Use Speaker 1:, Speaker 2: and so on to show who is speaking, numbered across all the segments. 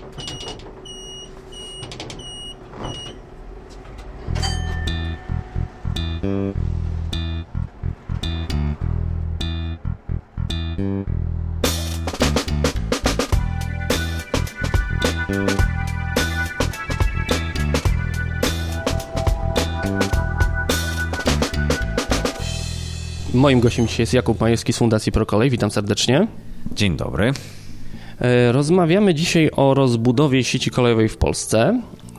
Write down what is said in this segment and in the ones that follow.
Speaker 1: Moim gościem dzisiaj jest Jakub Majewski z Fundacji ProColej. Witam serdecznie.
Speaker 2: Dzień dobry.
Speaker 1: Rozmawiamy dzisiaj o rozbudowie sieci kolejowej w Polsce.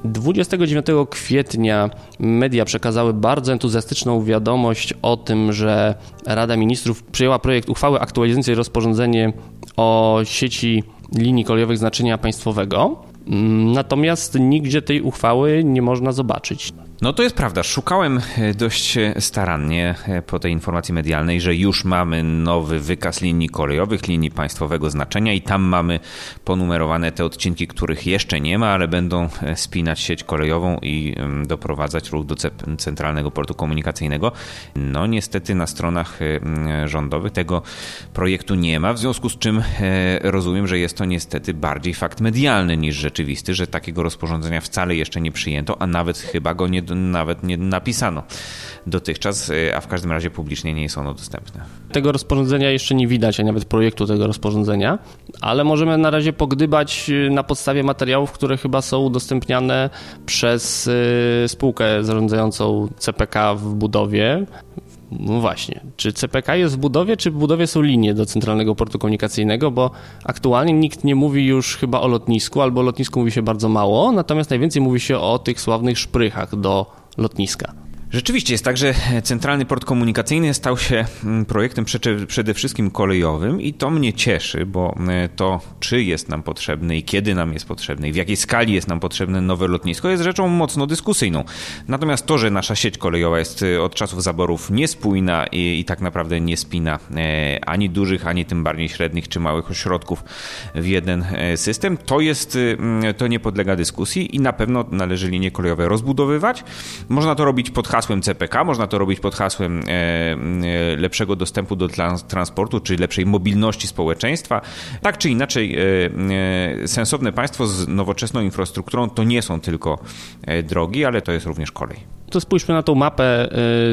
Speaker 1: 29 kwietnia media przekazały bardzo entuzjastyczną wiadomość o tym, że Rada Ministrów przyjęła projekt uchwały aktualizującej rozporządzenie o sieci linii kolejowych znaczenia państwowego. Natomiast nigdzie tej uchwały nie można zobaczyć.
Speaker 2: No to jest prawda. Szukałem dość starannie po tej informacji medialnej, że już mamy nowy wykaz linii kolejowych, linii państwowego znaczenia i tam mamy ponumerowane te odcinki, których jeszcze nie ma, ale będą spinać sieć kolejową i doprowadzać ruch do Centralnego Portu Komunikacyjnego. No niestety na stronach rządowych tego projektu nie ma, w związku z czym rozumiem, że jest to niestety bardziej fakt medialny niż rzeczywisty, że takiego rozporządzenia wcale jeszcze nie przyjęto, a nawet chyba go nawet nie napisano dotychczas, a w każdym razie publicznie nie jest ono dostępne.
Speaker 1: Tego rozporządzenia jeszcze nie widać, a nawet projektu tego rozporządzenia, ale możemy na razie pogdybać na podstawie materiałów, które chyba są udostępniane przez spółkę zarządzającą CPK w budowie. No właśnie, czy CPK jest w budowie, czy w budowie są linie do Centralnego Portu Komunikacyjnego, bo aktualnie nikt nie mówi już chyba o lotnisku, albo o lotnisku mówi się bardzo mało, natomiast najwięcej mówi się o tych sławnych szprychach do lotniska.
Speaker 2: Rzeczywiście jest tak, że Centralny Port Komunikacyjny stał się projektem przede wszystkim kolejowym i to mnie cieszy, bo to, czy jest nam potrzebne i kiedy nam jest potrzebne i w jakiej skali jest nam potrzebne nowe lotnisko, jest rzeczą mocno dyskusyjną. Natomiast to, że nasza sieć kolejowa jest od czasów zaborów niespójna i tak naprawdę nie spina ani dużych, ani tym bardziej średnich czy małych ośrodków w jeden system, to nie podlega dyskusji i na pewno należy linie kolejowe rozbudowywać. Można to robić pod hasłem CPK, można to robić pod hasłem lepszego dostępu do transportu, czy lepszej mobilności społeczeństwa. Tak czy inaczej, sensowne państwo z nowoczesną infrastrukturą to nie są tylko drogi, ale to jest również kolej.
Speaker 1: To spójrzmy na tą mapę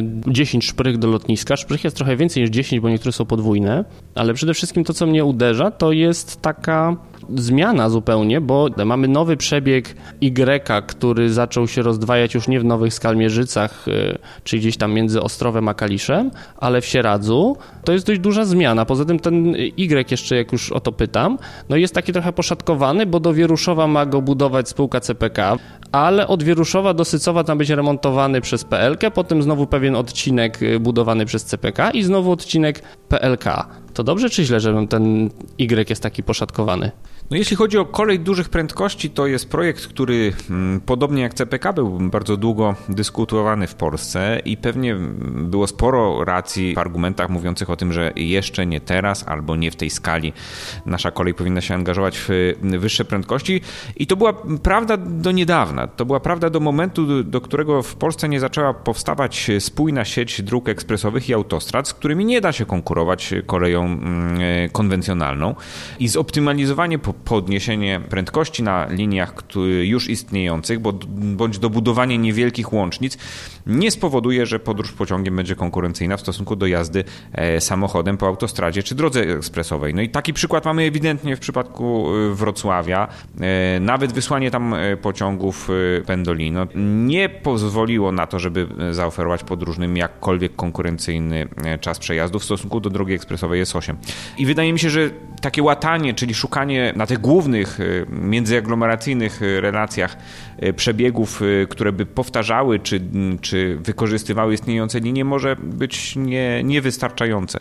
Speaker 1: 10 szprych do lotniska. Szprych jest trochę więcej niż 10, bo niektóre są podwójne, ale przede wszystkim to, co mnie uderza, to jest taka zmiana zupełnie, bo mamy nowy przebieg Y, który zaczął się rozdwajać już nie w Nowych Skalmierzycach, czy gdzieś tam między Ostrowem a Kaliszem, ale w Sieradzu. To jest dość duża zmiana. Poza tym ten Y jeszcze, jak już o to pytam, no jest taki trochę poszatkowany, bo do Wieruszowa ma go budować spółka CPK, ale od Wieruszowa do Sycowa tam będzie remontowany przez PLK, potem znowu pewien odcinek budowany przez CPK i znowu odcinek PLK. To dobrze czy źle, że ten Y jest taki poszatkowany?
Speaker 2: No jeśli chodzi o kolej dużych prędkości, to jest projekt, który podobnie jak CPK był bardzo długo dyskutowany w Polsce i pewnie było sporo racji w argumentach mówiących o tym, że jeszcze nie teraz albo nie w tej skali nasza kolej powinna się angażować w wyższe prędkości i to była prawda do niedawna. To była prawda do momentu, do którego w Polsce nie zaczęła powstawać spójna sieć dróg ekspresowych i autostrad, z którymi nie da się konkurować koleją konwencjonalną i zoptymalizowanie podniesienie prędkości na liniach już istniejących, bądź dobudowanie niewielkich łącznic nie spowoduje, że podróż pociągiem będzie konkurencyjna w stosunku do jazdy samochodem po autostradzie czy drodze ekspresowej. No i taki przykład mamy ewidentnie w przypadku Wrocławia. Nawet wysłanie tam pociągów Pendolino nie pozwoliło na to, żeby zaoferować podróżnym jakkolwiek konkurencyjny czas przejazdu w stosunku do drogi ekspresowej S8. I wydaje mi się, że takie łatanie, czyli szukanie na tych głównych międzyaglomeracyjnych relacjach przebiegów, które by powtarzały czy wykorzystywały istniejące linie, może być niewystarczające.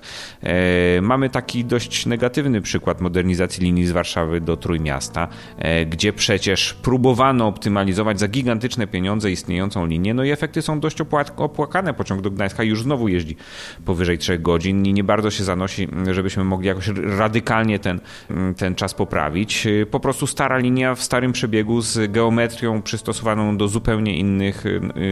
Speaker 2: Mamy taki dość negatywny przykład modernizacji linii z Warszawy do Trójmiasta, gdzie przecież próbowano optymalizować za gigantyczne pieniądze istniejącą linię, no i efekty są dość opłakane. Pociąg do Gdańska już znowu jeździ powyżej 3 godzin i nie bardzo się zanosi, żebyśmy mogli jakoś radykalnie ten czas poprawić. poprawić. Po prostu stara linia w starym przebiegu z geometrią przystosowaną do zupełnie innych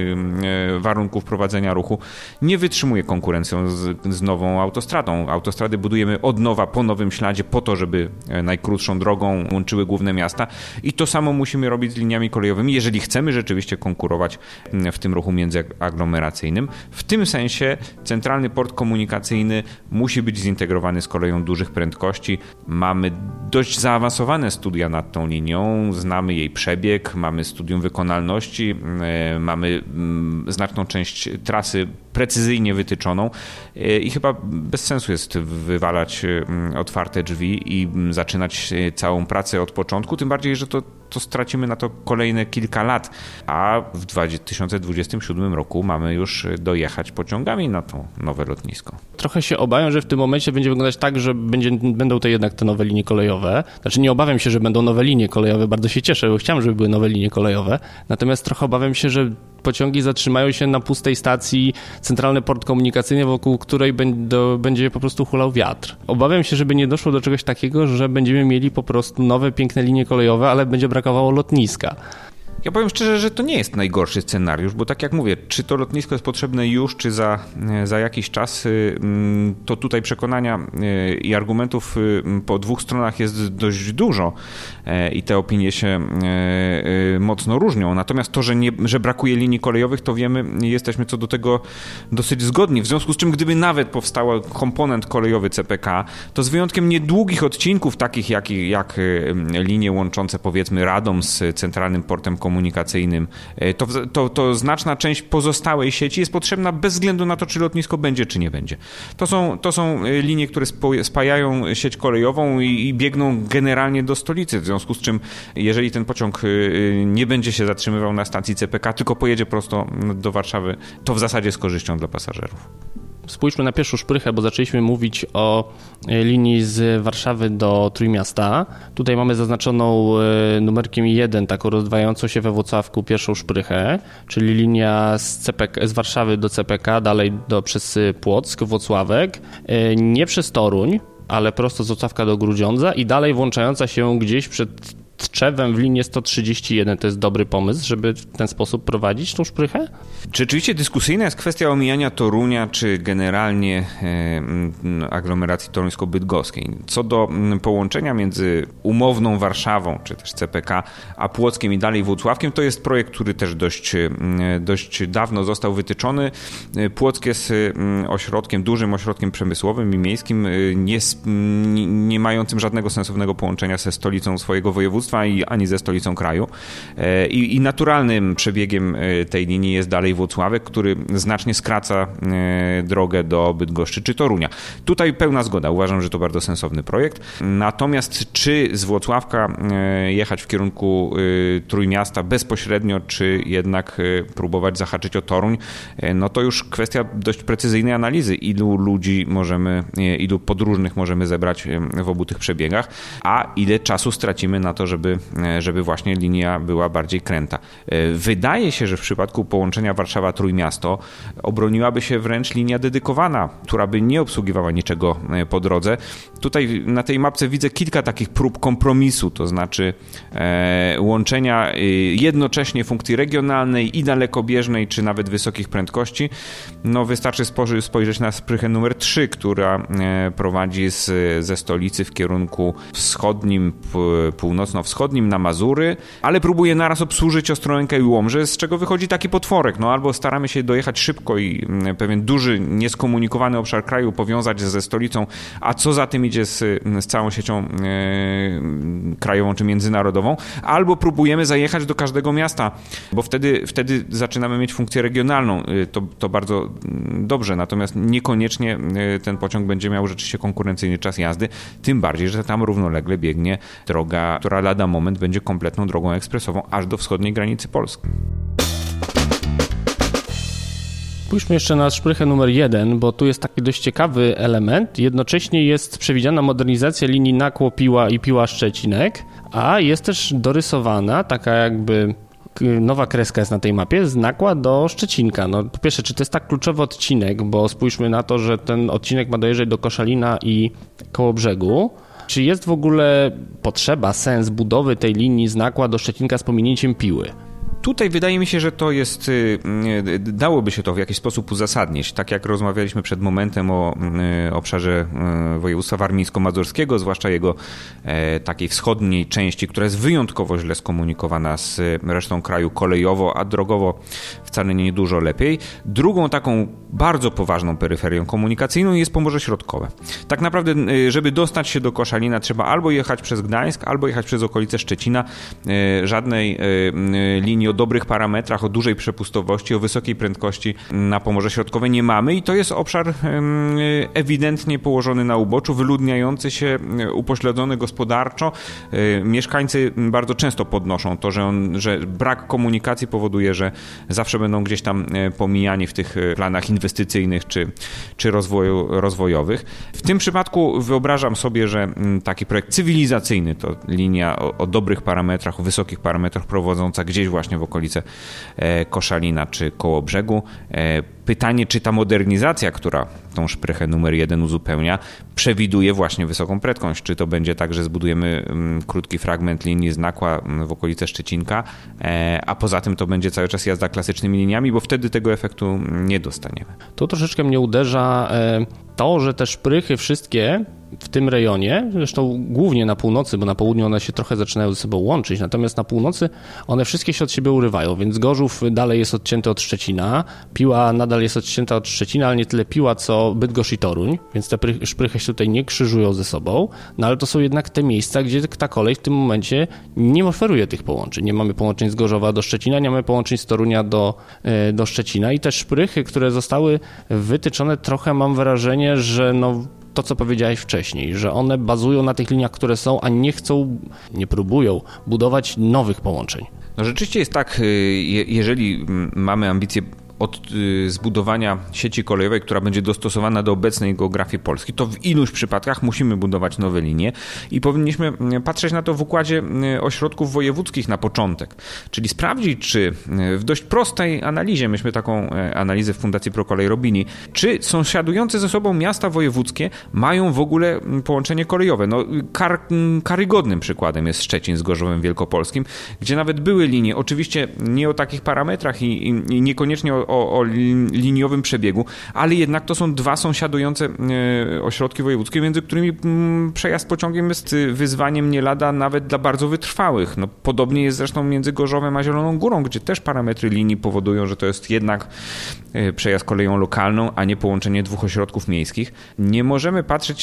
Speaker 2: warunków prowadzenia ruchu nie wytrzymuje konkurencją z nową autostradą. Autostrady budujemy od nowa, po nowym śladzie, po to, żeby najkrótszą drogą łączyły główne miasta i to samo musimy robić z liniami kolejowymi, jeżeli chcemy rzeczywiście konkurować w tym ruchu międzyaglomeracyjnym. W tym sensie centralny port komunikacyjny musi być zintegrowany z koleją dużych prędkości. Mamy dość zaawansowane studia nad tą linią, znamy jej przebieg, mamy studium wykonalności, mamy znaczną część trasy precyzyjnie wytyczoną i chyba bez sensu jest wywalać otwarte drzwi i zaczynać całą pracę od początku, tym bardziej, że to stracimy na to kolejne kilka lat, a w 2027 roku mamy już dojechać pociągami na to nowe lotnisko.
Speaker 1: Trochę się obawiam, że w tym momencie będzie wyglądać tak, że będą to jednak te nowe linie kolejowe. Znaczy nie obawiam się, że będą nowe linie kolejowe, bardzo się cieszę, bo chciałem, żeby były nowe linie kolejowe. Natomiast trochę obawiam się, że pociągi zatrzymają się na pustej stacji, centralny port komunikacyjny, wokół której będzie po prostu hulał wiatr. Obawiam się, żeby nie doszło do czegoś takiego, że będziemy mieli po prostu nowe, piękne linie kolejowe, ale będzie brakowało lotniska.
Speaker 2: Ja powiem szczerze, że to nie jest najgorszy scenariusz, bo tak jak mówię, czy to lotnisko jest potrzebne już, czy za jakiś czas, to tutaj przekonania i argumentów po dwóch stronach jest dość dużo i te opinie się mocno różnią. Natomiast to, że brakuje linii kolejowych, to wiemy, jesteśmy co do tego dosyć zgodni. W związku z czym, gdyby nawet powstał komponent kolejowy CPK, to z wyjątkiem niedługich odcinków, takich jak linie łączące powiedzmy Radom z centralnym portem komunikacyjnym, to znaczna część pozostałej sieci jest potrzebna bez względu na to, czy lotnisko będzie, czy nie będzie. To są linie, które spajają sieć kolejową i biegną generalnie do stolicy, w związku z czym jeżeli ten pociąg nie będzie się zatrzymywał na stacji CPK, tylko pojedzie prosto do Warszawy, to w zasadzie z korzyścią dla pasażerów.
Speaker 1: Spójrzmy na pierwszą szprychę, bo zaczęliśmy mówić o linii z Warszawy do Trójmiasta. Tutaj mamy zaznaczoną numerkiem 1, taką rozdwajającą się we Włocławku pierwszą szprychę, czyli linia z Warszawy do CPK, dalej przez Płock, Włocławek, nie przez Toruń, ale prosto z Włocławka do Grudziądza i dalej włączająca się gdzieś przed Tczewem w linię 131. To jest dobry pomysł, żeby w ten sposób prowadzić tą szprychę?
Speaker 2: Czy rzeczywiście dyskusyjna jest kwestia omijania Torunia, czy generalnie aglomeracji toruńsko-bydgoskiej? Co do połączenia między umowną Warszawą, czy też CPK, a Płockiem i dalej Włocławkiem, to jest projekt, który też dość dawno został wytyczony. Płock jest dużym ośrodkiem przemysłowym i miejskim, nie mającym żadnego sensownego połączenia ze stolicą swojego województwa, ani ze stolicą kraju. I naturalnym przebiegiem tej linii jest dalej Włocławek, który znacznie skraca drogę do Bydgoszczy czy Torunia. Tutaj pełna zgoda. Uważam, że to bardzo sensowny projekt. Natomiast czy z Włocławka jechać w kierunku Trójmiasta bezpośrednio, czy jednak próbować zahaczyć o Toruń, no to już kwestia dość precyzyjnej analizy, ilu podróżnych możemy zebrać w obu tych przebiegach, a ile czasu stracimy na to, żeby właśnie linia była bardziej kręta. Wydaje się, że w przypadku połączenia Warszawa-Trójmiasto obroniłaby się wręcz linia dedykowana, która by nie obsługiwała niczego po drodze. Tutaj na tej mapce widzę kilka takich prób kompromisu, to znaczy łączenia jednocześnie funkcji regionalnej i dalekobieżnej, czy nawet wysokich prędkości. No wystarczy spojrzeć na szprychę numer 3, która prowadzi ze stolicy w kierunku wschodnim, północno-wschodnim na Mazury, ale próbuje naraz obsłużyć Ostrołękę i Łomżę, z czego wychodzi taki potworek. No albo staramy się dojechać szybko i pewien duży, nieskomunikowany obszar kraju powiązać ze stolicą, a co za tym idzie z całą siecią krajową czy międzynarodową, albo próbujemy zajechać do każdego miasta, bo wtedy zaczynamy mieć funkcję regionalną. To bardzo dobrze, natomiast niekoniecznie ten pociąg będzie miał rzeczywiście konkurencyjny czas jazdy, tym bardziej, że tam równolegle biegnie droga, która lada moment będzie kompletną drogą ekspresową aż do wschodniej granicy Polski.
Speaker 1: Spójrzmy jeszcze na szprychę numer 1, bo tu jest taki dość ciekawy element. Jednocześnie jest przewidziana modernizacja linii Nakło-Piła i Piła-Szczecinek, a jest też dorysowana taka jakby nowa kreska jest na tej mapie z Nakła do Szczecinka. No, po pierwsze, czy to jest tak kluczowy odcinek, bo spójrzmy na to, że ten odcinek ma dojeżdżać do Koszalina i Kołobrzegu, Czy jest w ogóle potrzeba, sens budowy tej linii z Nakła do Szczecinka z pominięciem Piły?
Speaker 2: Tutaj wydaje mi się, że to jest, dałoby się to w jakiś sposób uzasadnić. Tak jak rozmawialiśmy przed momentem o obszarze województwa warmińsko-mazurskiego, zwłaszcza jego takiej wschodniej części, która jest wyjątkowo źle skomunikowana z resztą kraju kolejowo, a drogowo wcale nie dużo lepiej. Drugą taką bardzo poważną peryferią komunikacyjną jest Pomorze Środkowe. Tak naprawdę, żeby dostać się do Koszalina, trzeba albo jechać przez Gdańsk, albo jechać przez okolice Szczecina. Żadnej linii o dobrych parametrach, o dużej przepustowości, o wysokiej prędkości na Pomorze Środkowe nie mamy i to jest obszar ewidentnie położony na uboczu, wyludniający się, upośledzony gospodarczo. Mieszkańcy bardzo często podnoszą to, że brak komunikacji powoduje, że zawsze będą gdzieś tam pomijani w tych planach inwestycyjnych czy rozwojowych. W tym przypadku wyobrażam sobie, że taki projekt cywilizacyjny to linia o dobrych parametrach, o wysokich parametrach prowadząca gdzieś właśnie w okolice Koszalina czy Kołobrzegu. Pytanie, czy ta modernizacja, która tą szprychę numer 1 uzupełnia, przewiduje właśnie wysoką prędkość. Czy to będzie tak, że zbudujemy krótki fragment linii z Nakła w okolice Szczecinka, a poza tym to będzie cały czas jazda klasycznymi liniami, bo wtedy tego efektu nie dostaniemy.
Speaker 1: Tu troszeczkę mnie uderza to, że te szprychy wszystkie w tym rejonie, zresztą głównie na północy, bo na południu one się trochę zaczynają ze sobą łączyć, natomiast na północy one wszystkie się od siebie urywają, więc Gorzów dalej jest odcięty od Szczecina, Piła nadal jest odcięta od Szczecina, ale nie tyle Piła, co Bydgoszcz i Toruń, więc te szprychy się tutaj nie krzyżują ze sobą, no ale to są jednak te miejsca, gdzie ta kolej w tym momencie nie oferuje tych połączeń. Nie mamy połączeń z Gorzowa do Szczecina, nie mamy połączeń z Torunia do Szczecina i te szprychy, które zostały wytyczone, trochę mam wrażenie, że to, co powiedziałeś wcześniej, że one bazują na tych liniach, które są, a nie próbują budować nowych połączeń.
Speaker 2: No rzeczywiście jest tak, jeżeli mamy ambicje od zbudowania sieci kolejowej, która będzie dostosowana do obecnej geografii Polski, to w iluś przypadkach musimy budować nowe linie i powinniśmy patrzeć na to w układzie ośrodków wojewódzkich na początek. Czyli sprawdzić, czy w dość prostej analizie, myśmy taką analizę w Fundacji ProKolej robili, czy sąsiadujące ze sobą miasta wojewódzkie mają w ogóle połączenie kolejowe. No, karygodnym przykładem jest Szczecin z Gorzowem Wielkopolskim, gdzie nawet były linie, oczywiście nie o takich parametrach i niekoniecznie o liniowym przebiegu, ale jednak to są dwa sąsiadujące ośrodki wojewódzkie, między którymi przejazd pociągiem jest wyzwaniem nie lada nawet dla bardzo wytrwałych. No, podobnie jest zresztą między Gorzowem a Zieloną Górą, gdzie też parametry linii powodują, że to jest jednak przejazd koleją lokalną, a nie połączenie dwóch ośrodków miejskich. Nie możemy patrzeć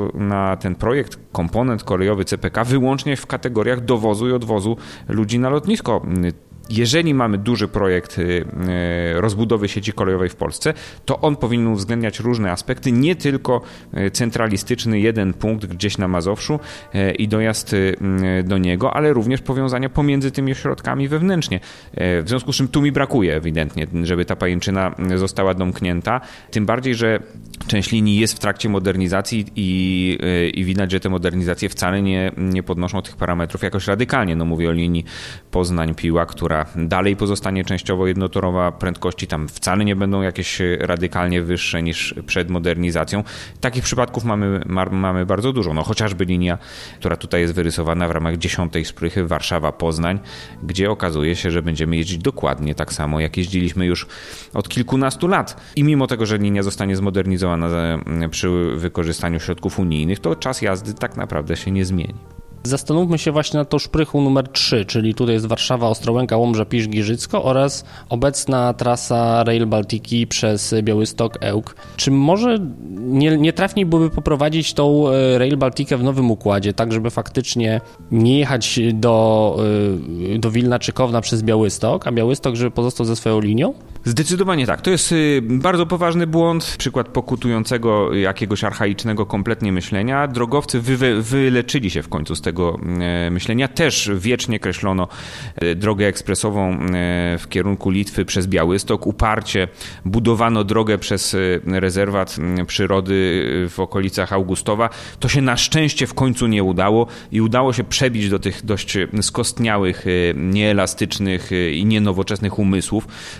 Speaker 2: na ten projekt, komponent kolejowy CPK wyłącznie w kategoriach dowozu i odwozu ludzi na lotnisko. Jeżeli mamy duży projekt rozbudowy sieci kolejowej w Polsce, to on powinien uwzględniać różne aspekty, nie tylko centralistyczny jeden punkt gdzieś na Mazowszu i dojazd do niego, ale również powiązania pomiędzy tymi ośrodkami wewnętrznie. W związku z czym tu mi brakuje ewidentnie, żeby ta pajęczyna została domknięta, tym bardziej, że część linii jest w trakcie modernizacji i widać, że te modernizacje wcale nie podnoszą tych parametrów jakoś radykalnie. No mówię o linii Poznań-Piła, która dalej pozostanie częściowo jednotorowa, prędkości tam wcale nie będą jakieś radykalnie wyższe niż przed modernizacją. Takich przypadków mamy bardzo dużo. No chociażby linia, która tutaj jest wyrysowana w ramach 10. szprychy Warszawa-Poznań, gdzie okazuje się, że będziemy jeździć dokładnie tak samo, jak jeździliśmy już od kilkunastu lat. I mimo tego, że linia zostanie zmodernizowana przy wykorzystaniu środków unijnych, to czas jazdy tak naprawdę się nie zmieni.
Speaker 1: Zastanówmy się właśnie nad tą szprychą numer 3, czyli tutaj jest Warszawa, Ostrołęka, Łomża, Pisz, Giżycko oraz obecna trasa Rail Baltiki przez Białystok, Ełk. Czy może nie trafniej byłoby poprowadzić tą Rail Baltikę w nowym układzie, tak żeby faktycznie nie jechać do Wilna czy Kowna przez Białystok, a Białystok, żeby pozostał ze swoją linią?
Speaker 2: Zdecydowanie tak. To jest bardzo poważny błąd, przykład pokutującego jakiegoś archaicznego kompletnie myślenia. Drogowcy wyleczyli się w końcu z tego myślenia. Też wiecznie kreślono drogę ekspresową w kierunku Litwy przez Białystok. Uparcie budowano drogę przez rezerwat przyrody w okolicach Augustowa. To się na szczęście w końcu nie udało i udało się przebić do tych dość skostniałych, nieelastycznych i nienowoczesnych umysłów. Z tym, że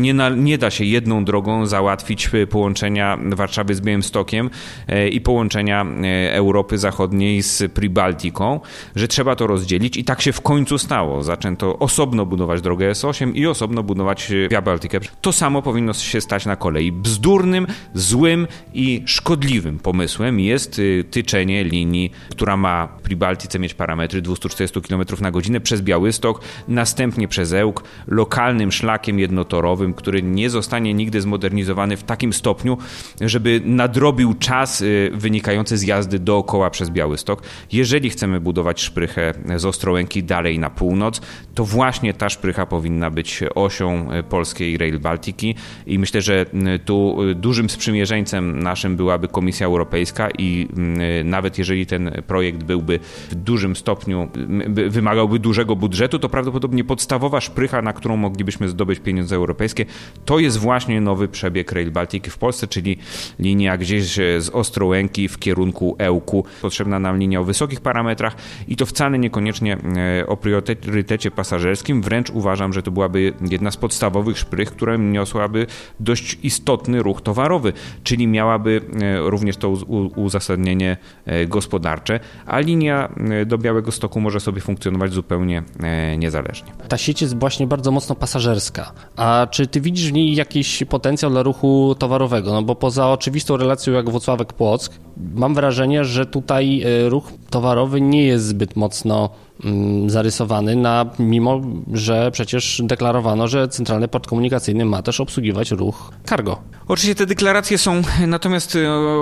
Speaker 2: nie da się jedną drogą załatwić połączenia Warszawy z Białymstokiem i połączenia Europy Zachodniej z Pribaltiką, że trzeba to rozdzielić i tak się w końcu stało. Zaczęto osobno budować drogę S8 i osobno budować Via Baltica. To samo powinno się stać na kolei. Bzdurnym, złym i szkodliwym pomysłem jest tyczenie linii, która ma w Pribaltice mieć parametry 240 km na godzinę przez Białystok, następnie przez Ełk, lokalnym szlakiem jednotorowym, który nie zostanie nigdy zmodernizowany w takim stopniu, żeby nadrobił czas wynikający z jazdy dookoła przez Białystok. Jeżeli chcemy budować szprychę z Ostrołęki dalej na północ, to właśnie ta szprycha powinna być osią polskiej Rail Baltiki i myślę, że tu dużym sprzymierzeńcem naszym byłaby Komisja Europejska i nawet jeżeli ten projekt byłby w dużym stopniu, wymagałby dużego budżetu, to prawdopodobnie podstawowa szprycha, na którą moglibyśmy zdobyć pieniądze europejskie, to jest właśnie nowy przebieg Rail Baltiki w Polsce, czyli linia gdzieś z Ostrołęki w kierunku Ełku. Potrzebna nam linia o wysokich parametrach i to wcale niekoniecznie o priorytecie pasażerskim, wręcz uważam, że to byłaby jedna z podstawowych szprych, która niosłaby dość istotny ruch towarowy, czyli miałaby również to uzasadnienie gospodarcze, a linia do Białegostoku może sobie funkcjonować zupełnie niezależnie.
Speaker 1: Ta sieć jest właśnie bardzo mocno pasażerska. A czy ty widzisz w niej jakiś potencjał dla ruchu towarowego? No bo poza oczywistą relacją jak Włocławek-Płock, mam wrażenie, że tutaj ruch towarowy nie jest zbyt mocno zarysowany, mimo że przecież deklarowano, że Centralny Port Komunikacyjny ma też obsługiwać ruch cargo.
Speaker 2: Oczywiście te deklaracje są, natomiast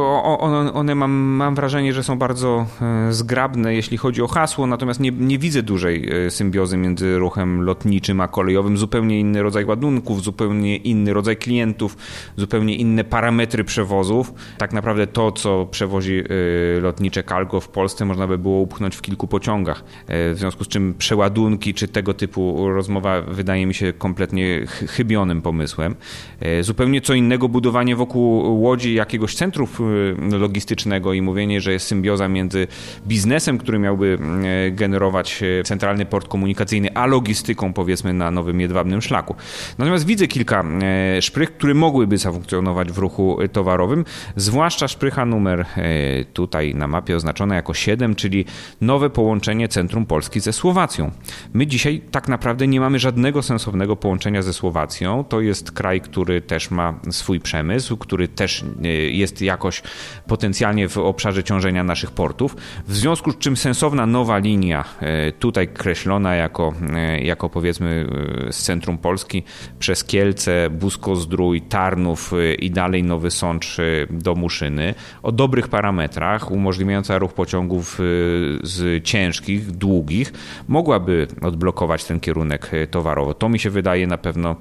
Speaker 2: one mam wrażenie, że są bardzo zgrabne, jeśli chodzi o hasło, natomiast nie widzę dużej symbiozy między ruchem lotniczym a kolejowym. Zupełnie inny rodzaj ładunków, zupełnie inny rodzaj klientów, zupełnie inne parametry przewozów. Tak naprawdę to, co przewozi lotnicze cargo w Polsce, można by było upchnąć w kilku pociągach. W związku z czym przeładunki czy tego typu rozmowa wydaje mi się kompletnie chybionym pomysłem. Zupełnie co innego budowanie wokół Łodzi jakiegoś centrum logistycznego i mówienie, że jest symbioza między biznesem, który miałby generować Centralny Port Komunikacyjny, a logistyką powiedzmy na nowym jedwabnym szlaku. Natomiast widzę kilka szprych, które mogłyby zafunkcjonować w ruchu towarowym, zwłaszcza szprycha numer tutaj na mapie oznaczona jako 7, czyli nowe połączenie centrum Polski ze Słowacją. My dzisiaj tak naprawdę nie mamy żadnego sensownego połączenia ze Słowacją. To jest kraj, który też ma swój przemysł, który też jest jakoś potencjalnie w obszarze ciążenia naszych portów. W związku z czym sensowna nowa linia, tutaj kreślona jako powiedzmy z centrum Polski przez Kielce, Busko-Zdrój, Tarnów i dalej Nowy Sącz do Muszyny o dobrych parametrach, umożliwiająca ruch pociągów z ciężkich, długich, mogłaby odblokować ten kierunek towarowy. To mi się wydaje na pewno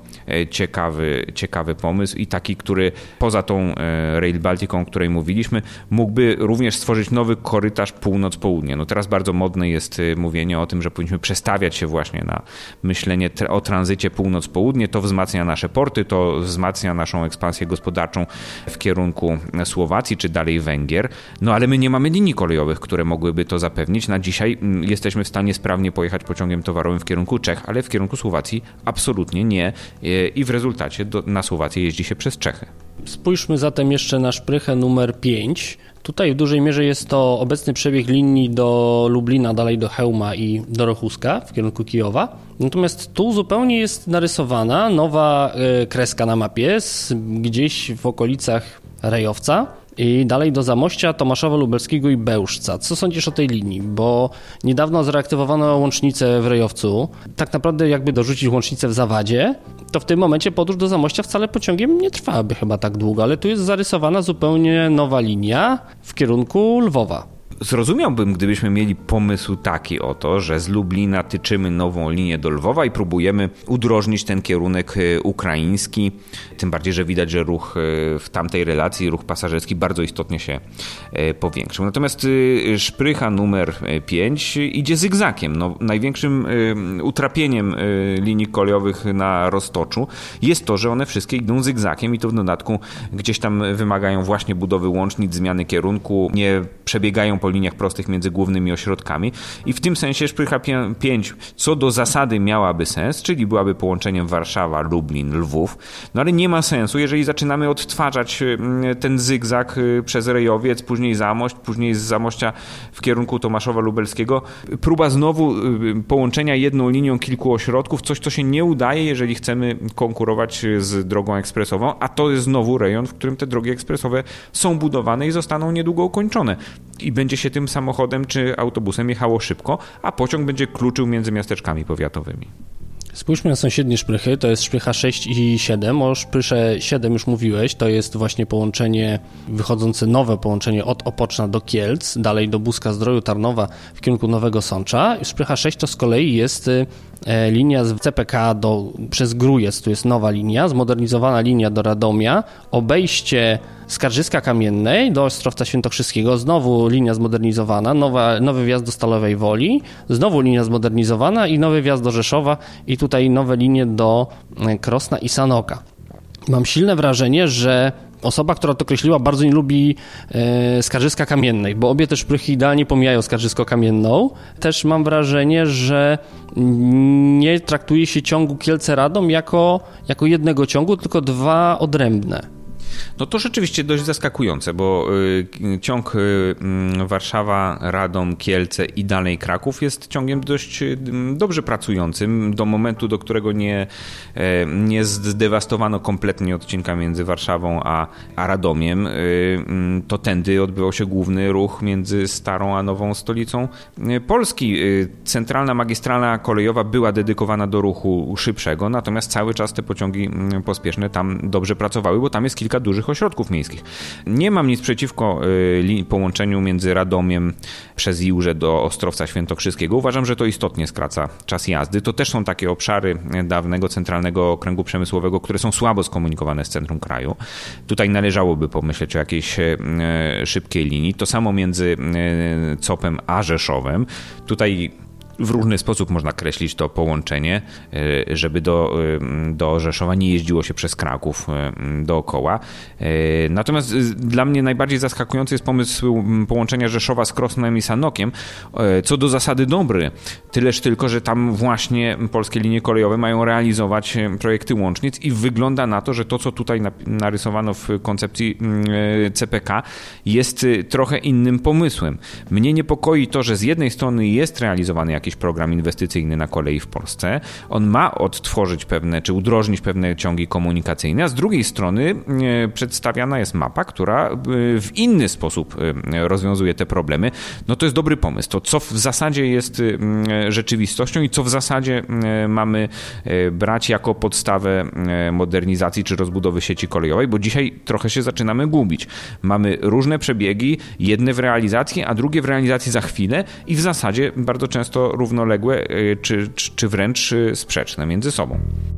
Speaker 2: ciekawy pomysł i taki, który poza tą Rail Balticą, o której mówiliśmy, mógłby również stworzyć nowy korytarz północ-południe. No teraz bardzo modne jest mówienie o tym, że powinniśmy przestawiać się właśnie na myślenie o tranzycie północ-południe. To wzmacnia nasze porty, to wzmacnia naszą ekspansję gospodarczą w kierunku Słowacji czy dalej Węgier. No ale my nie mamy linii kolejowych, które mogłyby to zapewnić. Na dzisiaj jesteśmy w stanie sprawnie pojechać pociągiem towarowym w kierunku Czech, ale w kierunku Słowacji absolutnie nie i w rezultacie na Słowację jeździ się przez Czechy.
Speaker 1: Spójrzmy zatem jeszcze na szprychę numer 5. Tutaj w dużej mierze jest to obecny przebieg linii do Lublina, dalej do Chełma i do Rochuska w kierunku Kijowa. Natomiast tu zupełnie jest narysowana nowa kreska na mapie, gdzieś w okolicach Rejowca i dalej do Zamościa, Tomaszowa Lubelskiego i Bełżca. Co sądzisz o tej linii? Bo niedawno zreaktywowano łącznicę w Rejowcu. Tak naprawdę jakby dorzucić łącznicę w Zawadzie, to w tym momencie podróż do Zamościa wcale pociągiem nie trwałaby chyba tak długo, ale tu jest zarysowana zupełnie nowa linia w kierunku Lwowa.
Speaker 2: Zrozumiałbym, gdybyśmy mieli pomysł taki oto, że z Lublina tyczymy nową linię do Lwowa i próbujemy udrożnić ten kierunek ukraiński. Tym bardziej, że widać, że ruch w tamtej relacji, ruch pasażerski bardzo istotnie się powiększył. Natomiast szprycha numer 5 idzie zygzakiem. No, największym utrapieniem linii kolejowych na Roztoczu jest to, że one wszystkie idą zygzakiem i to w dodatku gdzieś tam wymagają właśnie budowy łącznic, zmiany kierunku, nie przebiegają po liniach prostych między głównymi ośrodkami i w tym sensie Szprycha 5 co do zasady miałaby sens, czyli byłaby połączeniem Warszawa, Lublin, Lwów, no ale nie ma sensu, jeżeli zaczynamy odtwarzać ten zygzak przez Rejowiec, później Zamość, później z Zamościa w kierunku Tomaszowa Lubelskiego. Próba znowu połączenia jedną linią kilku ośrodków, coś co się nie udaje, jeżeli chcemy konkurować z drogą ekspresową, a to jest znowu rejon, w którym te drogi ekspresowe są budowane i zostaną niedługo ukończone. I będzie się tym samochodem czy autobusem jechało szybko, a pociąg będzie kluczył między miasteczkami powiatowymi.
Speaker 1: Spójrzmy na sąsiednie Szprychy, to jest Szprycha 6 i 7. O Szprysze 7 już mówiłeś, to jest właśnie połączenie, wychodzące nowe połączenie od Opoczna do Kielc, dalej do Buska-Zdroju, Tarnowa w kierunku Nowego Sącza. Szprycha 6 to z kolei jest linia z CPK przez Grójec, tu jest nowa linia, zmodernizowana linia do Radomia, obejście Skarżyska-Kamiennej do Ostrowca Świętokrzyskiego, znowu linia zmodernizowana, nowy wjazd do Stalowej Woli, znowu linia zmodernizowana i nowy wjazd do Rzeszowa i tutaj nowe linie do Krosna i Sanoka. Mam silne wrażenie, że osoba, która to określiła, bardzo nie lubi Skarżyska-Kamiennej, bo obie te szprychy idealnie pomijają Skarżysko-Kamienną. Też mam wrażenie, że nie traktuje się ciągu Kielce-Radom jako jednego ciągu, tylko dwa odrębne.
Speaker 2: No to rzeczywiście dość zaskakujące, bo ciąg Warszawa, Radom, Kielce i dalej Kraków jest ciągiem dość dobrze pracującym do momentu, do którego nie zdewastowano kompletnie odcinka między Warszawą a Radomiem. To tędy odbywał się główny ruch między starą a nową stolicą Polski. Centralna magistrala kolejowa była dedykowana do ruchu szybszego, natomiast cały czas te pociągi pospieszne tam dobrze pracowały, bo tam jest kilka dużych ośrodków miejskich. Nie mam nic przeciwko połączeniu między Radomiem przez Iłżę do Ostrowca Świętokrzyskiego. Uważam, że to istotnie skraca czas jazdy. To też są takie obszary dawnego centralnego okręgu przemysłowego, które są słabo skomunikowane z centrum kraju. Tutaj należałoby pomyśleć o jakiejś szybkiej linii. To samo między Copem a Rzeszowem. Tutaj w różny sposób można kreślić to połączenie, żeby do Rzeszowa nie jeździło się przez Kraków dookoła. Natomiast dla mnie najbardziej zaskakujący jest pomysł połączenia Rzeszowa z Krosnem i Sanokiem, co do zasady dobry. Tyleż tylko, że tam właśnie polskie linie kolejowe mają realizować projekty łącznic i wygląda na to, że to, co tutaj narysowano w koncepcji CPK, jest trochę innym pomysłem. Mnie niepokoi to, że z jednej strony jest realizowany jakiś program inwestycyjny na kolei w Polsce. On ma odtworzyć pewne, czy udrożnić pewne ciągi komunikacyjne, a z drugiej strony przedstawiana jest mapa, która w inny sposób rozwiązuje te problemy. No to jest dobry pomysł. To co w zasadzie jest rzeczywistością i co w zasadzie mamy brać jako podstawę modernizacji czy rozbudowy sieci kolejowej, bo dzisiaj trochę się zaczynamy gubić. Mamy różne przebiegi, jedne w realizacji, a drugie w realizacji za chwilę i w zasadzie bardzo często równoległe czy wręcz sprzeczne między sobą.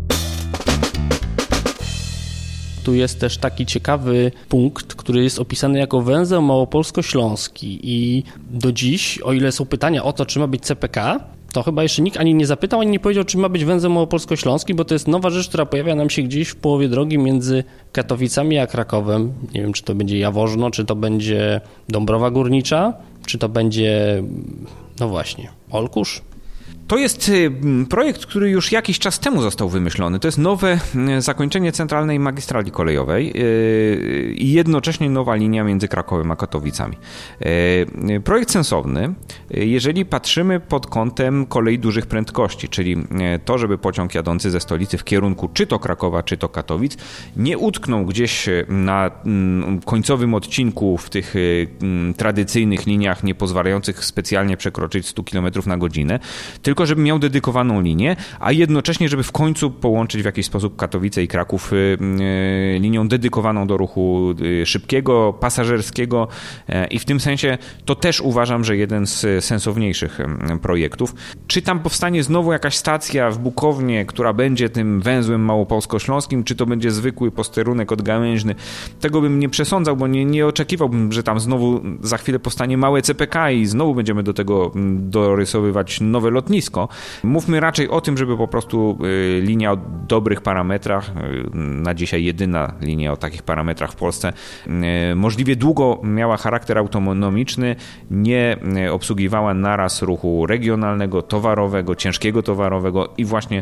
Speaker 1: Tu jest też taki ciekawy punkt, który jest opisany jako węzeł małopolsko-śląski i do dziś, o ile są pytania o to, czy ma być CPK, to chyba jeszcze nikt ani nie zapytał, ani nie powiedział, czy ma być węzeł małopolsko-śląski, bo to jest nowa rzecz, która pojawia nam się gdzieś w połowie drogi między Katowicami a Krakowem. Nie wiem, czy to będzie Jaworzno, czy to będzie Dąbrowa Górnicza, czy to będzie, no właśnie, Olkusz.
Speaker 2: To jest projekt, który już jakiś czas temu został wymyślony. To jest nowe zakończenie centralnej magistrali kolejowej i jednocześnie nowa linia między Krakowem a Katowicami. Projekt sensowny, jeżeli patrzymy pod kątem kolei dużych prędkości, czyli to, żeby pociąg jadący ze stolicy w kierunku czy to Krakowa, czy to Katowic nie utknął gdzieś na końcowym odcinku w tych tradycyjnych liniach nie pozwalających specjalnie przekroczyć 100 km na godzinę, tylko żeby miał dedykowaną linię, a jednocześnie, żeby w końcu połączyć w jakiś sposób Katowice i Kraków linią dedykowaną do ruchu szybkiego, pasażerskiego i w tym sensie to też uważam, że jeden z sensowniejszych projektów. Czy tam powstanie znowu jakaś stacja w Bukownie, która będzie tym węzłem małopolsko-śląskim, czy to będzie zwykły posterunek odgałęźny, tego bym nie przesądzał, bo nie oczekiwałbym, że tam znowu za chwilę powstanie małe CPK i znowu będziemy do tego dorysowywać nowe lotnisko. nisko. Mówmy raczej o tym, żeby po prostu linia o dobrych parametrach, na dzisiaj jedyna linia o takich parametrach w Polsce, możliwie długo miała charakter autonomiczny, nie obsługiwała naraz ruchu regionalnego, towarowego, ciężkiego towarowego i właśnie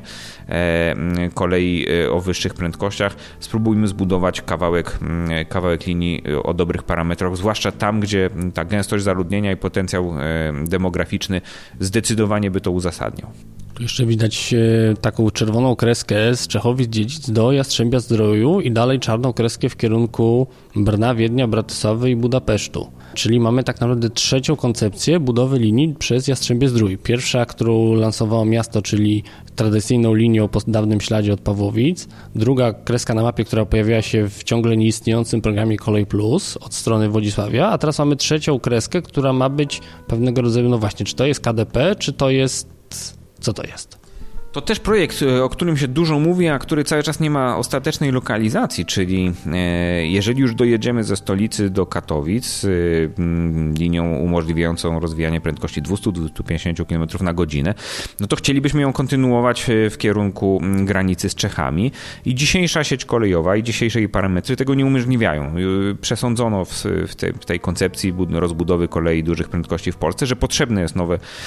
Speaker 2: kolei o wyższych prędkościach. Spróbujmy zbudować kawałek linii o dobrych parametrach, zwłaszcza tam, gdzie ta gęstość zaludnienia i potencjał demograficzny zdecydowanie by to uzasadniał.
Speaker 1: Tu jeszcze widać taką czerwoną kreskę z Czechowic-Dziedzic do Jastrzębia-Zdroju i dalej czarną kreskę w kierunku Brna, Wiednia, Bratysławy i Budapesztu. Czyli mamy tak naprawdę trzecią koncepcję budowy linii przez Jastrzębie-Zdrój. Pierwsza, którą lansowało miasto, czyli tradycyjną linią po dawnym śladzie od Pawłowic. Druga kreska na mapie, która pojawiła się w ciągle nieistniejącym programie Kolej Plus od strony Wodzisławia, a teraz mamy trzecią kreskę, która ma być pewnego rodzaju, no właśnie, czy to jest KDP, czy to jest... Co to jest?
Speaker 2: To też projekt, o którym się dużo mówi, a który cały czas nie ma ostatecznej lokalizacji, czyli jeżeli już dojedziemy ze stolicy do Katowic linią umożliwiającą rozwijanie prędkości 200-250 km na godzinę, no to chcielibyśmy ją kontynuować w kierunku granicy z Czechami i dzisiejsza sieć kolejowa i dzisiejsze jej parametry tego nie umożliwiają. Przesądzono w tej koncepcji rozbudowy kolei dużych prędkości w Polsce, że potrzebny jest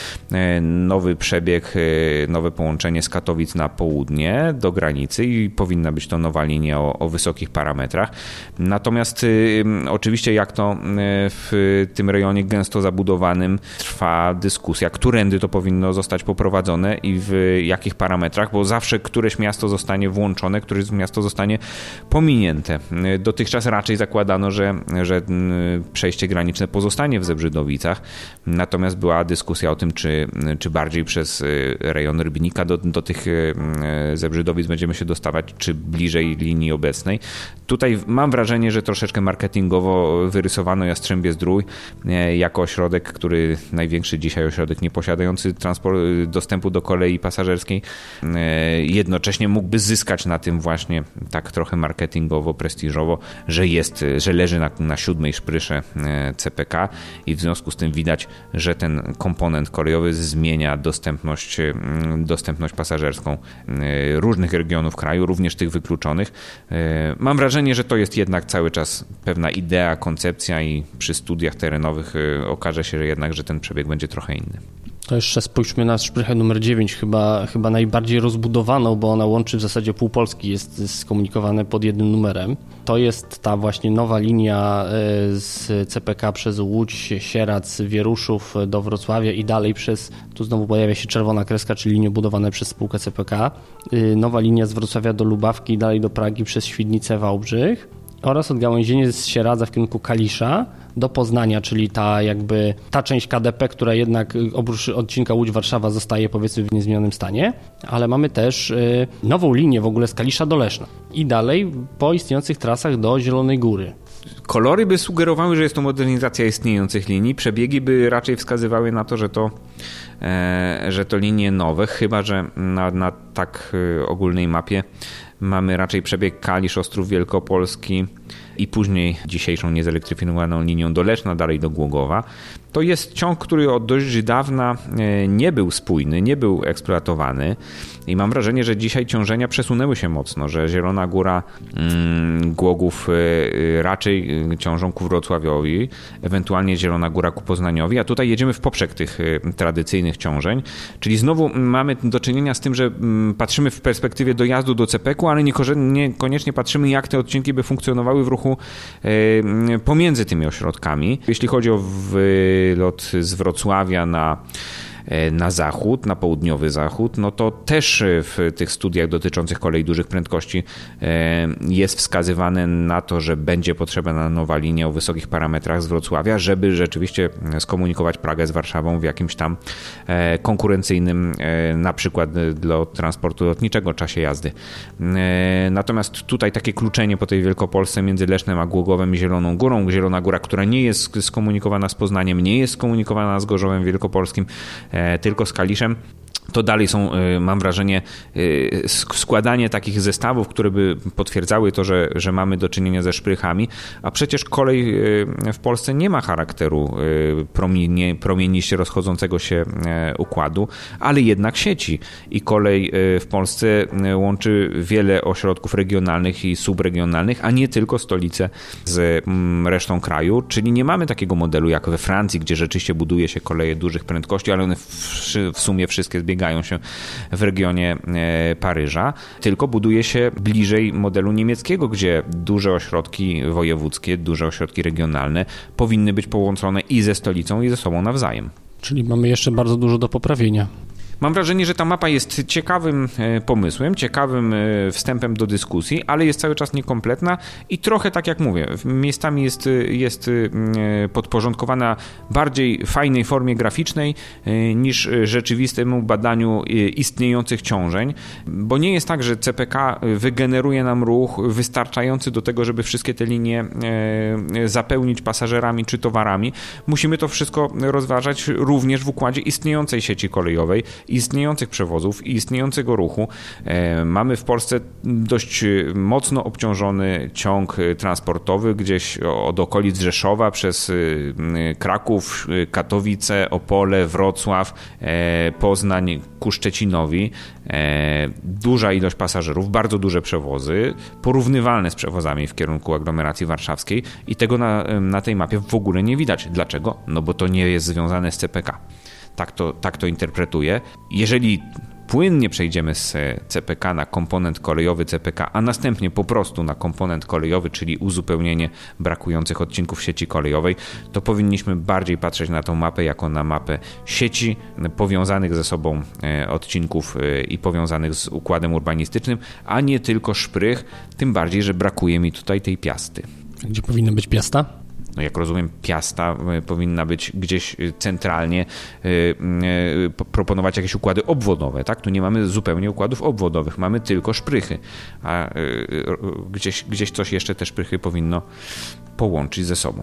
Speaker 2: nowy przebieg, nowe połączenie z Katowic na południe do granicy i powinna być to nowa linia o wysokich parametrach. Natomiast oczywiście jak to w tym rejonie gęsto zabudowanym trwa dyskusja, którędy to powinno zostać poprowadzone i w jakich parametrach, bo zawsze któreś miasto zostanie włączone, któreś miasto zostanie pominięte. Dotychczas raczej zakładano, że przejście graniczne pozostanie w Zebrzydowicach, natomiast była dyskusja o tym, czy bardziej przez rejon Rybnika do tych Zebrzydowic będziemy się dostawać, czy bliżej linii obecnej. Tutaj mam wrażenie, że troszeczkę marketingowo wyrysowano Jastrzębie-Zdrój jako ośrodek, który największy dzisiaj ośrodek nieposiadający dostępu do kolei pasażerskiej, jednocześnie mógłby zyskać na tym właśnie tak trochę marketingowo, prestiżowo, że leży na 7. szprysze CPK i w związku z tym widać, że ten komponent kolejowy zmienia dostępność pasażerską różnych regionów kraju, również tych wykluczonych. Mam wrażenie, że to jest jednak cały czas pewna idea, koncepcja i przy studiach terenowych okaże się jednak, że ten przebieg będzie trochę inny.
Speaker 1: To jeszcze spójrzmy na szprychę numer 9, chyba najbardziej rozbudowaną, bo ona łączy w zasadzie pół Polski, jest skomunikowane pod jednym numerem. To jest ta właśnie nowa linia z CPK przez Łódź, Sierac, Wieruszów do Wrocławia i dalej tu znowu pojawia się czerwona kreska, czyli linie budowane przez spółkę CPK. Nowa linia z Wrocławia do Lubawki i dalej do Pragi przez Świdnicę, Wałbrzych. Oraz odgałęzienie z Sieradza w kierunku Kalisza do Poznania, czyli ta część KDP, która jednak oprócz odcinka Łódź-Warszawa zostaje powiedzmy w niezmienionym stanie, ale mamy też nową linię w ogóle z Kalisza do Leszna i dalej po istniejących trasach do Zielonej Góry.
Speaker 2: Kolory by sugerowały, że jest to modernizacja istniejących linii, przebiegi by raczej wskazywały na to, że to linie nowe, chyba że na tak ogólnej mapie mamy raczej przebieg Kalisz, Ostrów Wielkopolski i później dzisiejszą niezelektryfikowaną linią do Leszna, dalej do Głogowa. To jest ciąg, który od dość dawna nie był spójny, nie był eksploatowany i mam wrażenie, że dzisiaj ciążenia przesunęły się mocno, że Zielona Góra, Głogów raczej ciążą ku Wrocławiowi, ewentualnie Zielona Góra ku Poznaniowi, a tutaj jedziemy w poprzek tych tradycyjnych ciążeń, czyli znowu mamy do czynienia z tym, że patrzymy w perspektywie dojazdu do CPK-u, ale niekoniecznie patrzymy, jak te odcinki by funkcjonowały w ruchu pomiędzy tymi ośrodkami. Jeśli chodzi o wylot z Wrocławia na zachód, na południowy zachód, no to też w tych studiach dotyczących kolei dużych prędkości jest wskazywane na to, że będzie potrzebna nowa linia o wysokich parametrach z Wrocławia, żeby rzeczywiście skomunikować Pragę z Warszawą w jakimś tam konkurencyjnym, na przykład dla transportu lotniczego czasie jazdy. Natomiast tutaj takie kluczenie po tej Wielkopolsce między Lesznem a Głogowem i Zieloną Górą, Zielona Góra, która nie jest skomunikowana z Poznaniem, nie jest skomunikowana z Gorzowem Wielkopolskim, tylko z Kaliszem, to dalej są, mam wrażenie, składanie takich zestawów, które by potwierdzały to, że mamy do czynienia ze szprychami, a przecież kolej w Polsce nie ma charakteru promieniście rozchodzącego się układu, ale jednak sieci. I kolej w Polsce łączy wiele ośrodków regionalnych i subregionalnych, a nie tylko stolice z resztą kraju, czyli nie mamy takiego modelu jak we Francji, gdzie rzeczywiście buduje się koleje dużych prędkości, ale one w sumie wszystkie zbiegają się w regionie Paryża, tylko buduje się bliżej modelu niemieckiego, gdzie duże ośrodki wojewódzkie, duże ośrodki regionalne powinny być połączone i ze stolicą, i ze sobą nawzajem.
Speaker 1: Czyli mamy jeszcze bardzo dużo do poprawienia.
Speaker 2: Mam wrażenie, że ta mapa jest ciekawym pomysłem, ciekawym wstępem do dyskusji, ale jest cały czas niekompletna i trochę, tak jak mówię, miejscami jest podporządkowana bardziej fajnej formie graficznej niż rzeczywistemu badaniu istniejących ciążeń, bo nie jest tak, że CPK wygeneruje nam ruch wystarczający do tego, żeby wszystkie te linie zapełnić pasażerami czy towarami. Musimy to wszystko rozważać również w układzie istniejącej sieci kolejowej, istniejących przewozów i istniejącego ruchu. Mamy w Polsce dość mocno obciążony ciąg transportowy gdzieś od okolic Rzeszowa przez Kraków, Katowice, Opole, Wrocław, Poznań ku Szczecinowi. Duża ilość pasażerów, bardzo duże przewozy, porównywalne z przewozami w kierunku aglomeracji warszawskiej i tego na tej mapie w ogóle nie widać. Dlaczego? No bo to nie jest związane z CPK. Tak to interpretuję. Jeżeli płynnie przejdziemy z CPK na komponent kolejowy CPK, a następnie po prostu na komponent kolejowy, czyli uzupełnienie brakujących odcinków sieci kolejowej, to powinniśmy bardziej patrzeć na tą mapę jako na mapę sieci powiązanych ze sobą odcinków i powiązanych z układem urbanistycznym, a nie tylko szprych, tym bardziej, że brakuje mi tutaj tej piasty.
Speaker 1: Gdzie powinna być piasta?
Speaker 2: No jak rozumiem, piasta powinna być gdzieś centralnie proponować jakieś układy obwodowe, tak? Tu nie mamy zupełnie układów obwodowych, mamy tylko szprychy, a gdzieś coś jeszcze te szprychy powinno połączyć ze sobą.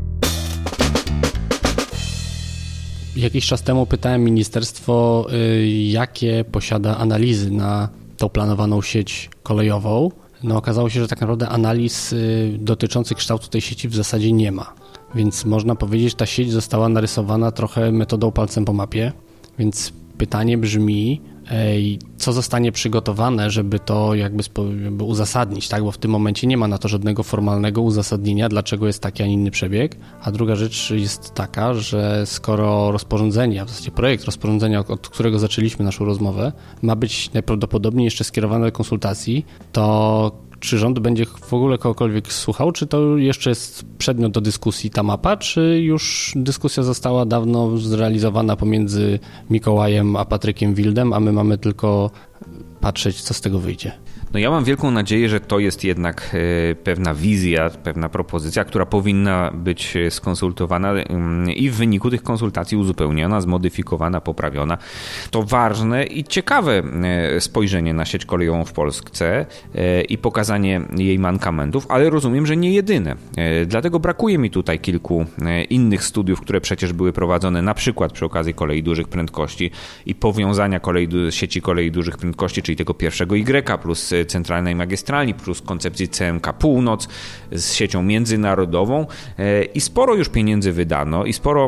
Speaker 1: Jakiś czas temu pytałem ministerstwo, jakie posiada analizy na tą planowaną sieć kolejową. No okazało się, że tak naprawdę analiz dotyczących kształtu tej sieci w zasadzie nie ma. Więc można powiedzieć, że ta sieć została narysowana trochę metodą palcem po mapie. Więc pytanie brzmi, co zostanie przygotowane, żeby to jakby uzasadnić, tak? Bo w tym momencie nie ma na to żadnego formalnego uzasadnienia, dlaczego jest taki, a nie inny przebieg. A druga rzecz jest taka, że skoro rozporządzenie, a w zasadzie projekt rozporządzenia, od którego zaczęliśmy naszą rozmowę, ma być najprawdopodobniej jeszcze skierowany do konsultacji, to czy rząd będzie w ogóle kogokolwiek słuchał, czy to jeszcze jest przedmiot do dyskusji ta mapa, czy już dyskusja została dawno zrealizowana pomiędzy Mikołajem a Patrykiem Wildem, a my mamy tylko patrzeć, co z tego wyjdzie?
Speaker 2: No ja mam wielką nadzieję, że to jest jednak pewna wizja, pewna propozycja, która powinna być skonsultowana i w wyniku tych konsultacji uzupełniona, zmodyfikowana, poprawiona. To ważne i ciekawe spojrzenie na sieć kolejową w Polsce i pokazanie jej mankamentów, ale rozumiem, że nie jedyne. Dlatego brakuje mi tutaj kilku innych studiów, które przecież były prowadzone na przykład przy okazji kolei dużych prędkości i powiązania sieci kolei dużych prędkości, czyli tego pierwszego Y plus centralnej magistrali plus koncepcji CMK Północ z siecią międzynarodową i sporo już pieniędzy wydano i sporo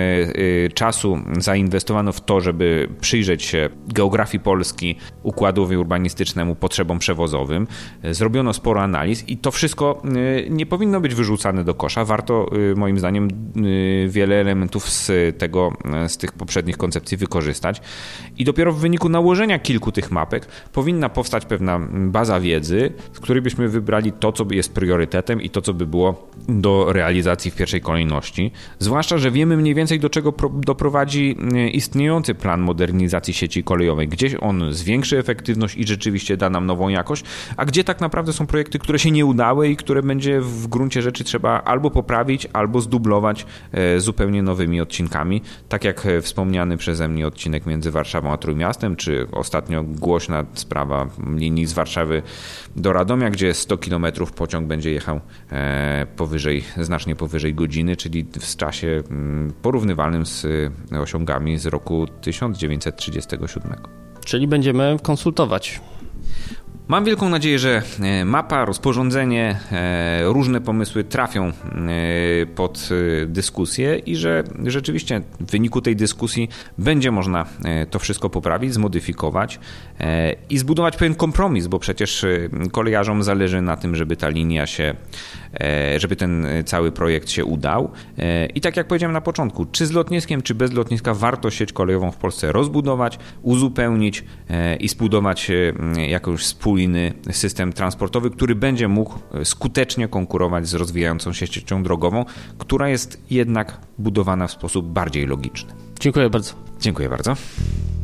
Speaker 2: czasu zainwestowano w to, żeby przyjrzeć się geografii Polski, układowi urbanistycznemu, potrzebom przewozowym. Zrobiono sporo analiz i to wszystko nie powinno być wyrzucane do kosza. Warto moim zdaniem wiele elementów z tych poprzednich koncepcji wykorzystać i dopiero w wyniku nałożenia kilku tych mapek powinna powstać pewna baza wiedzy, z której byśmy wybrali to, co jest priorytetem i to, co by było do realizacji w pierwszej kolejności. Zwłaszcza, że wiemy mniej więcej, do czego doprowadzi istniejący plan modernizacji sieci kolejowej. Gdzieś on zwiększy efektywność i rzeczywiście da nam nową jakość, a gdzie tak naprawdę są projekty, które się nie udały i które będzie w gruncie rzeczy trzeba albo poprawić, albo zdublować zupełnie nowymi odcinkami. Tak jak wspomniany przeze mnie odcinek między Warszawą a Trójmiastem, czy ostatnio głośna sprawa linii z Warszawy Warszawy do Radomia, gdzie 100 km pociąg będzie jechał znacznie powyżej godziny, czyli w czasie porównywalnym z osiągami z roku 1937.
Speaker 1: Czyli będziemy konsultować.
Speaker 2: Mam wielką nadzieję, że mapa, rozporządzenie, różne pomysły trafią pod dyskusję i że rzeczywiście w wyniku tej dyskusji będzie można to wszystko poprawić, zmodyfikować i zbudować pewien kompromis, bo przecież kolejarzom zależy na tym, żeby ta linia żeby ten cały projekt się udał. I tak jak powiedziałem na początku, czy z lotniskiem, czy bez lotniska warto sieć kolejową w Polsce rozbudować, uzupełnić i zbudować jakąś spójny system transportowy, który będzie mógł skutecznie konkurować z rozwijającą się siecią drogową, która jest jednak budowana w sposób bardziej logiczny.
Speaker 1: Dziękuję bardzo.
Speaker 2: Dziękuję bardzo.